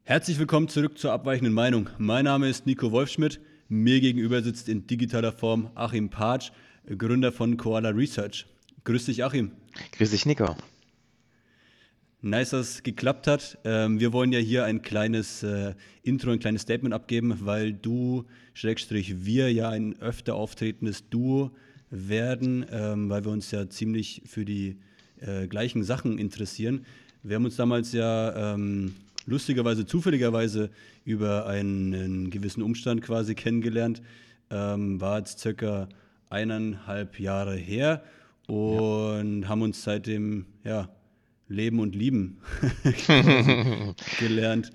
Herzlich willkommen zurück zur abweichenden Meinung. Mein Name ist Nico Wolfschmidt. Mir gegenüber sitzt in digitaler Form Achim Patsch, Gründer von Koala Research. Grüß dich, Achim. Grüß dich, Nico. Nice, dass es geklappt hat. Wir wollen ja hier ein kleines Intro, ein kleines Statement abgeben, weil du, Schrägstrich, wir ja ein öfter auftretendes Duo werden, weil wir uns ja ziemlich für die gleichen Sachen interessieren. Wir haben uns damals ja lustigerweise, zufälligerweise über einen gewissen Umstand quasi kennengelernt. War jetzt circa 1,5 Jahre her Ja. und haben uns seitdem, ja, Leben und Lieben quasi gelernt.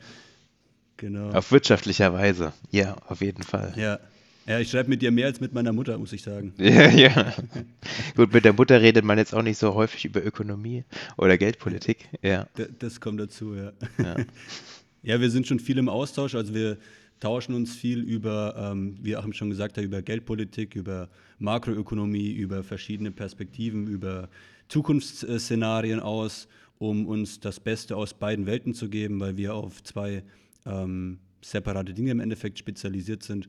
Genau. Auf wirtschaftlicher Weise. Ja, auf jeden Fall. Ja. Ja, ich schreibe mit dir mehr als mit meiner Mutter, muss ich sagen. Ja, ja. Gut, mit der Mutter redet man jetzt auch nicht so häufig über Ökonomie oder Geldpolitik. Ja, Das kommt dazu, ja. ja, Ja, wir sind schon viel im Austausch, also wir tauschen uns viel über, wie Achim schon gesagt hat, über Geldpolitik, über Makroökonomie, über verschiedene Perspektiven, über Zukunftsszenarien aus, um uns das Beste aus beiden Welten zu geben, weil wir auf zwei separate Dinge im Endeffekt spezialisiert sind.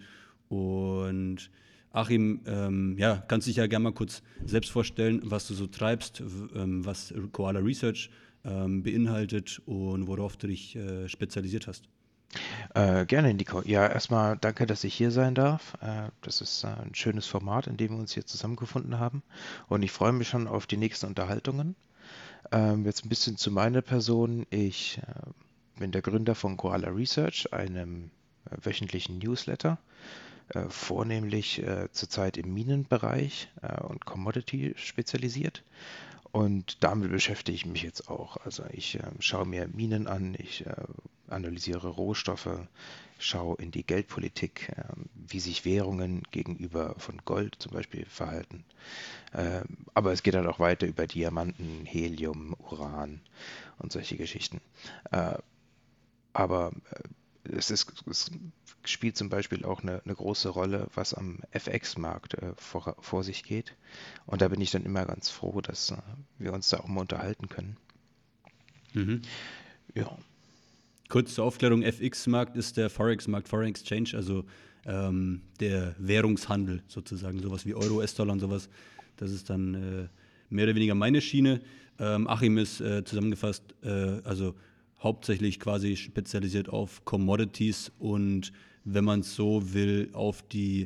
Und Achim, ja, kannst dich ja gerne mal kurz selbst vorstellen, was du so treibst, was Koala Research beinhaltet und worauf du dich spezialisiert hast. gerne, Nico. Ja, erstmal danke, dass ich hier sein darf. Das ist ein schönes Format, in dem wir uns hier zusammengefunden haben. Und ich freue mich schon auf die nächsten Unterhaltungen. Jetzt ein bisschen zu meiner Person. Ich bin der Gründer von Koala Research, einem wöchentlichen Newsletter. Vornehmlich zurzeit im Minenbereich und Commodity spezialisiert. Und damit beschäftige ich mich jetzt auch. Also ich schaue mir Minen an, ich analysiere Rohstoffe, schaue in die Geldpolitik, wie sich Währungen gegenüber von Gold zum Beispiel verhalten. Aber es geht dann auch weiter über Diamanten, Helium, Uran und solche Geschichten. Äh, aber es spielt zum Beispiel auch eine große Rolle, was am FX-Markt vor sich geht. Und da bin ich dann immer ganz froh, dass wir uns da auch mal unterhalten können. Mhm. Ja, Kurz zur Aufklärung, FX-Markt ist der Forex-Markt, Foreign Exchange, also der Währungshandel sozusagen, sowas wie Euro, US-Dollar und sowas. Das ist dann mehr oder weniger meine Schiene. Achim ist zusammengefasst, also hauptsächlich quasi spezialisiert auf Commodities und wenn man es so will, auf die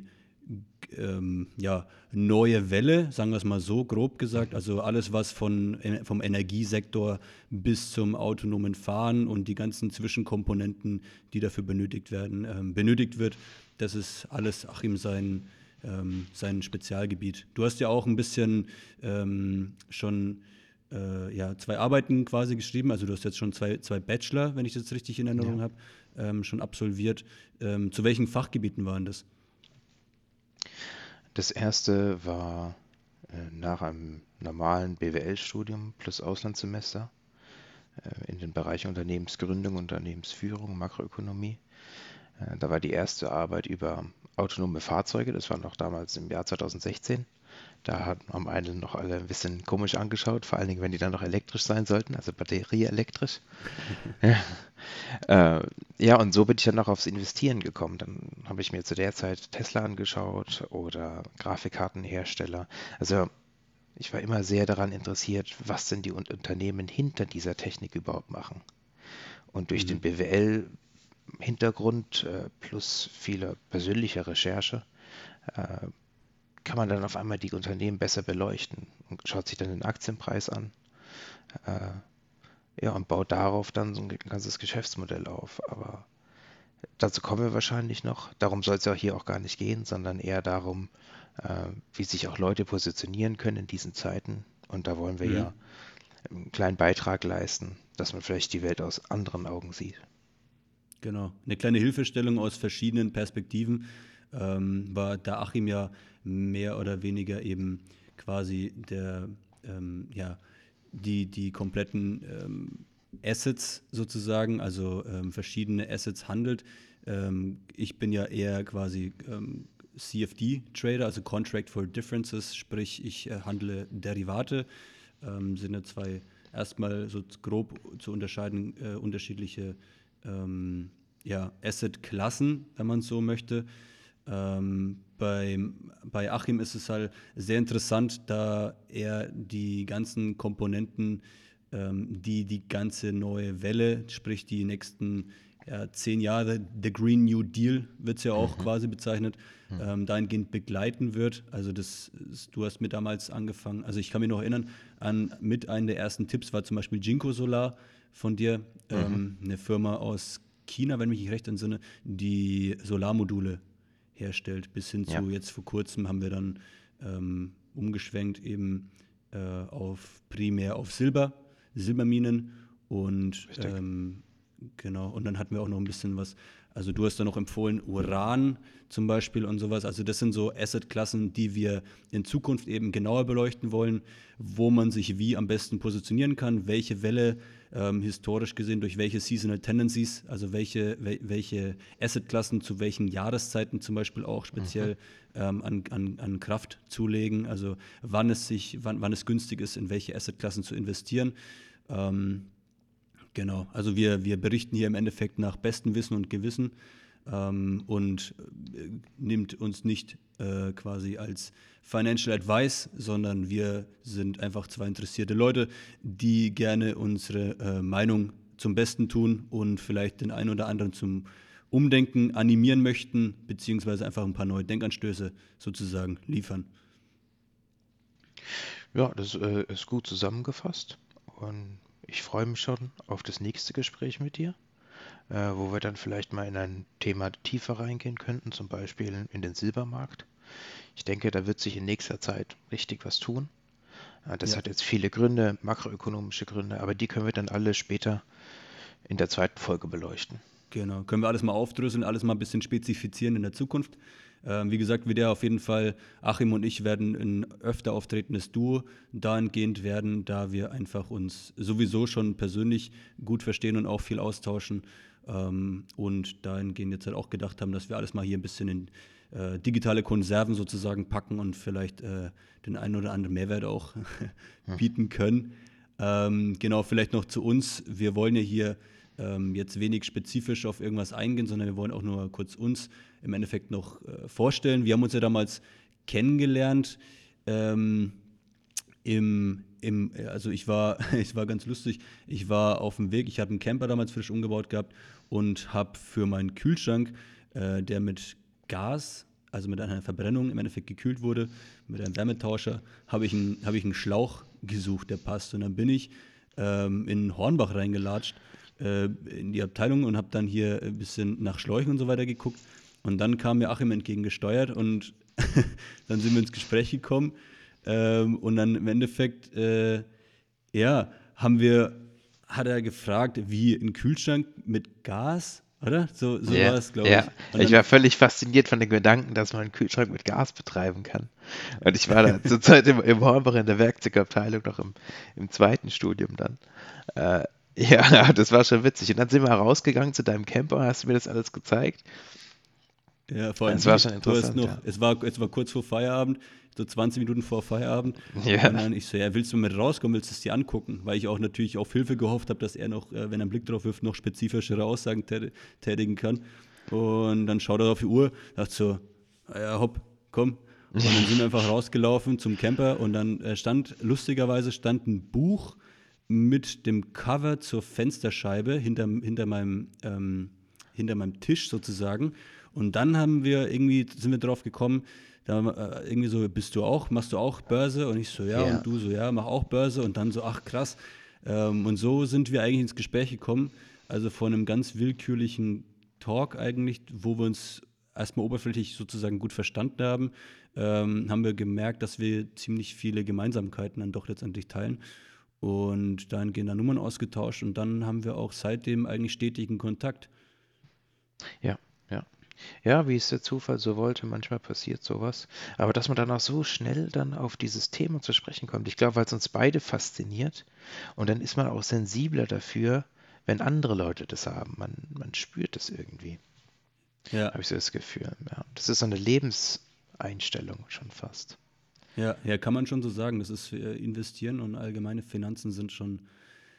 ja, neue Welle, sagen wir es mal so, grob gesagt. mhm. Also alles, was vom Energiesektor bis zum autonomen Fahren und die ganzen Zwischenkomponenten, die dafür benötigt wird, das ist alles Achim sein Spezialgebiet. Du hast ja auch ein bisschen schon ja, 2 Arbeiten quasi geschrieben. Also du hast jetzt schon zwei Bachelor, wenn ich das jetzt richtig in Ja. Erinnerung habe, schon absolviert. Zu welchen Fachgebieten waren das? Das erste war nach einem normalen BWL-Studium plus Auslandssemester in den Bereichen Unternehmensgründung, Unternehmensführung, Makroökonomie. Da war die erste Arbeit über autonome Fahrzeuge, das war noch damals im Jahr 2016. Haben einen noch alle ein bisschen komisch angeschaut, vor allen Dingen, wenn die dann noch elektrisch sein sollten, also batterieelektrisch. Ja, und so bin ich dann auch aufs Investieren gekommen. Dann habe ich mir zu der Zeit Tesla angeschaut oder Grafikkartenhersteller. Also ich war immer sehr daran interessiert, was denn die Unternehmen hinter dieser Technik überhaupt machen. Und durch den Mhm. BWL-Hintergrund plus viele persönliche Recherche äh, kann man dann auf einmal die Unternehmen besser beleuchten und schaut sich dann den Aktienpreis an. Äh, ja, und baut darauf dann so ein ganzes Geschäftsmodell auf. Aber dazu kommen wir wahrscheinlich noch. Darum soll es ja hier auch gar nicht gehen, sondern eher darum, wie sich auch Leute positionieren können in diesen Zeiten. Und da wollen wir ja Mhm. einen kleinen Beitrag leisten, dass man vielleicht die Welt aus anderen Augen sieht. Genau. Eine kleine Hilfestellung aus verschiedenen Perspektiven war da Achim ja mehr oder weniger eben quasi ja, die kompletten Assets sozusagen, also verschiedene Assets handelt. Ich bin ja eher quasi CFD-Trader, also Contract for Differences, sprich ich handle Derivate, sind ja zwei erstmal so grob zu unterscheiden unterschiedliche ja, Asset-Klassen, wenn man es so möchte. Bei Achim ist es halt sehr interessant, da er die ganzen Komponenten, die ganze neue Welle, sprich die nächsten 10 Jahre, The Green New Deal wird es ja auch Mhm. quasi bezeichnet, Mhm. dahingehend begleiten wird. Also du hast mir damals angefangen, also ich kann mich noch erinnern, mit einem der ersten Tipps war zum Beispiel Jinko Solar von dir, Mhm. eine Firma aus China, wenn mich nicht recht entsinne, die Solarmodule herstellt. Bis hin Ja, zu jetzt vor kurzem haben wir dann umgeschwenkt eben primär auf Silberminen und richtig. genau. Und dann hatten wir auch noch ein bisschen was. Also du hast da noch empfohlen, Uran zum Beispiel und sowas. Also das sind so Asset-Klassen, die wir in Zukunft eben genauer beleuchten wollen, wo man sich wie am besten positionieren kann, welche Welle historisch gesehen durch welche Seasonal Tendencies, also welche Asset-Klassen zu welchen Jahreszeiten zum Beispiel auch Mhm. speziell an Kraft zulegen, also wann es günstig ist, in welche Asset-Klassen zu investieren. Ähm, Genau, also wir berichten hier im Endeffekt nach bestem Wissen und Gewissen und nimmt uns nicht quasi als Financial Advice, sondern wir sind einfach zwei interessierte Leute, die gerne unsere Meinung zum Besten tun und vielleicht den einen oder anderen zum Umdenken animieren möchten, beziehungsweise einfach ein paar neue Denkanstöße sozusagen liefern. Ja, das ist gut zusammengefasst. Und ich freue mich schon auf das nächste Gespräch mit dir, wo wir dann vielleicht mal in ein Thema tiefer reingehen könnten, zum Beispiel in den Silbermarkt. Ich denke, da wird sich in nächster Zeit richtig was tun. Das Ja, hat jetzt viele Gründe, makroökonomische Gründe, aber die können wir dann alle später in der zweiten Folge beleuchten. genau. Können wir alles mal aufdröseln, alles mal ein bisschen spezifizieren in der Zukunft. Wie gesagt, wird ja auf jeden Fall, Achim und ich werden ein öfter auftretendes Duo dahingehend werden, da wir einfach uns sowieso schon persönlich gut verstehen und auch viel austauschen. Und dahingehend jetzt halt auch gedacht haben, dass wir alles mal hier ein bisschen in digitale Konserven sozusagen packen und vielleicht den einen oder anderen Mehrwert auch Hm. bieten können. Genau, vielleicht noch zu uns. Wir wollen ja hier jetzt wenig spezifisch auf irgendwas eingehen, sondern wir wollen auch nur kurz uns im Endeffekt noch vorstellen. Wir haben uns ja damals kennengelernt. Ähm, also ich war ganz lustig. Ich war auf dem Weg, ich habe einen Camper damals frisch umgebaut gehabt und habe für meinen Kühlschrank, der mit Gas, also mit einer Verbrennung im Endeffekt gekühlt wurde, mit einem Wärmetauscher, hab ich einen Schlauch gesucht, der passt. Und dann bin ich in Hornbach reingelatscht, in die Abteilung und habe dann hier ein bisschen nach Schläuchen und so weiter geguckt. Und dann kam mir Achim entgegengesteuert und dann sind wir ins Gespräch gekommen. Und dann im Endeffekt, ja, hat er gefragt, wie ein Kühlschrank mit Gas, oder? So Ja, war es, glaube ja. ich. Und Ich dann, war völlig fasziniert von dem Gedanken, dass man einen Kühlschrank mit Gas betreiben kann. Und ich war da zur Zeit im Hornbach in der Werkzeugabteilung, noch im zweiten Studium dann. Äh, ja, das war schon witzig. Und dann sind wir rausgegangen zu deinem Camper, hast du mir das alles gezeigt. ja, vor allem Es war wie, schon du hast interessant, noch, ja. es war kurz vor Feierabend, so 20 Minuten vor Feierabend. Ja, Und dann ich so, ja, willst du mit rauskommen, willst du es dir angucken? Weil ich auch natürlich auf Hilfe gehofft habe, dass er noch, wenn er einen Blick drauf wirft, noch spezifischere Aussagen tätigen kann. Und dann schaut er auf die Uhr, dachte so, "Ah ja, hopp, komm." Und dann sind wir einfach rausgelaufen zum Camper und dann lustigerweise stand ein Buch mit dem Cover zur Fensterscheibe hinter meinem Tisch sozusagen. Und dann sind wir drauf gekommen, irgendwie so, machst du auch Börse? Und ich so, ja, ja, und du so, ja, mach auch Börse. Und dann so, ach krass. Und so sind wir eigentlich ins Gespräch gekommen. Also von einem ganz willkürlichen Talk eigentlich, wo wir uns erstmal oberflächlich sozusagen gut verstanden haben, haben wir gemerkt, dass wir ziemlich viele Gemeinsamkeiten dann doch letztendlich teilen. Und dann gehen da Nummern ausgetauscht und dann haben wir auch seitdem eigentlich stetigen Kontakt. ja, ja. Ja, wie es der Zufall so wollte, manchmal passiert sowas. Aber dass man dann auch so schnell dann auf dieses Thema zu sprechen kommt, ich glaube, weil es uns beide fasziniert und dann ist man auch sensibler dafür, wenn andere Leute das haben. Man spürt das irgendwie, Ja, habe ich so das Gefühl. Ja. Das ist so eine Lebenseinstellung schon fast. ja, kann man schon so sagen. Das ist Investieren und allgemeine Finanzen sind schon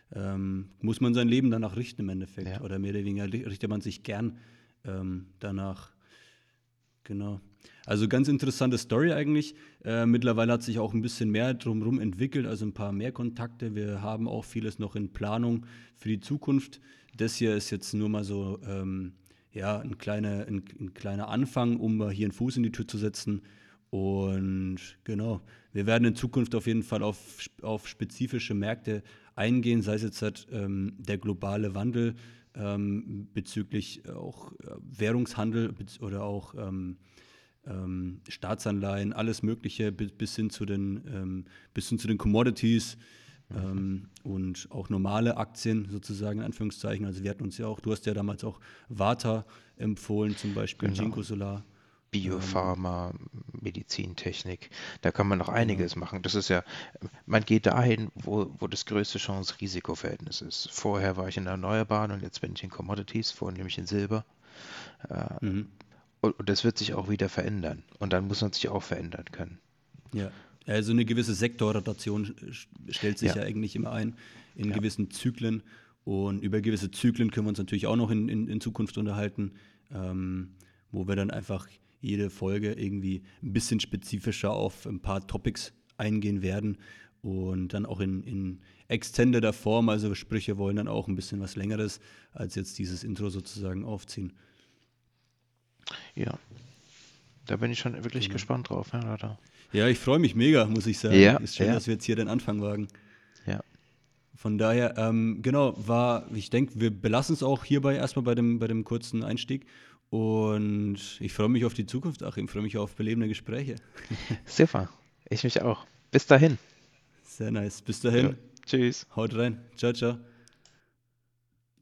muss man sein Leben danach richten im Endeffekt. Ja. Oder mehr oder weniger richtet man sich gern danach. Genau. Also ganz interessante Story eigentlich. Mittlerweile hat sich auch ein bisschen mehr drumherum entwickelt, also ein paar mehr Kontakte. Wir haben auch vieles noch in Planung für die Zukunft. Das hier ist jetzt nur mal so ja, ein kleiner Anfang, um mal hier einen Fuß in die Tür zu setzen. Und genau, wir werden in Zukunft auf jeden Fall auf spezifische Märkte eingehen, sei es jetzt halt, der globale Wandel bezüglich auch Währungshandel oder auch Staatsanleihen, alles Mögliche bis hin zu den Commodities und auch normale Aktien sozusagen, in Anführungszeichen. Also wir hatten uns ja auch, du hast ja damals auch Varta empfohlen, zum Beispiel Genau. Ginkgo Solar. Biopharma, Medizintechnik, da kann man noch Genau. einiges machen. Das ist ja, man geht dahin, wo das größte Chance-Risiko-Verhältnis ist. Vorher war ich in Erneuerbaren und jetzt bin ich in Commodities, vorhin nämlich in Silber. Mhm. Und das wird sich auch wieder verändern. Und dann muss man sich auch verändern können. Ja. Also eine gewisse Sektorrotation stellt sich Ja, ja eigentlich immer ein in ja, gewissen Zyklen. Und über gewisse Zyklen können wir uns natürlich auch noch in Zukunft unterhalten, wo wir dann einfach jede Folge irgendwie ein bisschen spezifischer auf ein paar Topics eingehen werden und dann auch in extendeder Form, also sprich, wir wollen dann auch ein bisschen was Längeres als jetzt dieses Intro sozusagen aufziehen. ja. Da bin ich schon wirklich Genau. gespannt drauf. Ja, Leute. Ja, ich freue mich mega, muss ich sagen. Ja, Ist schön, ja, dass wir jetzt hier den Anfang wagen. ja. Von daher, genau, ich denke, wir belassen es auch hierbei erstmal bei dem kurzen Einstieg. Und ich freue mich auf die Zukunft, Achim. Ich freue mich auf belebende Gespräche. Super. Ich mich auch. Bis dahin. Sehr nice. Bis Ja. dahin, Tschüss. haut rein. Ciao, ciao.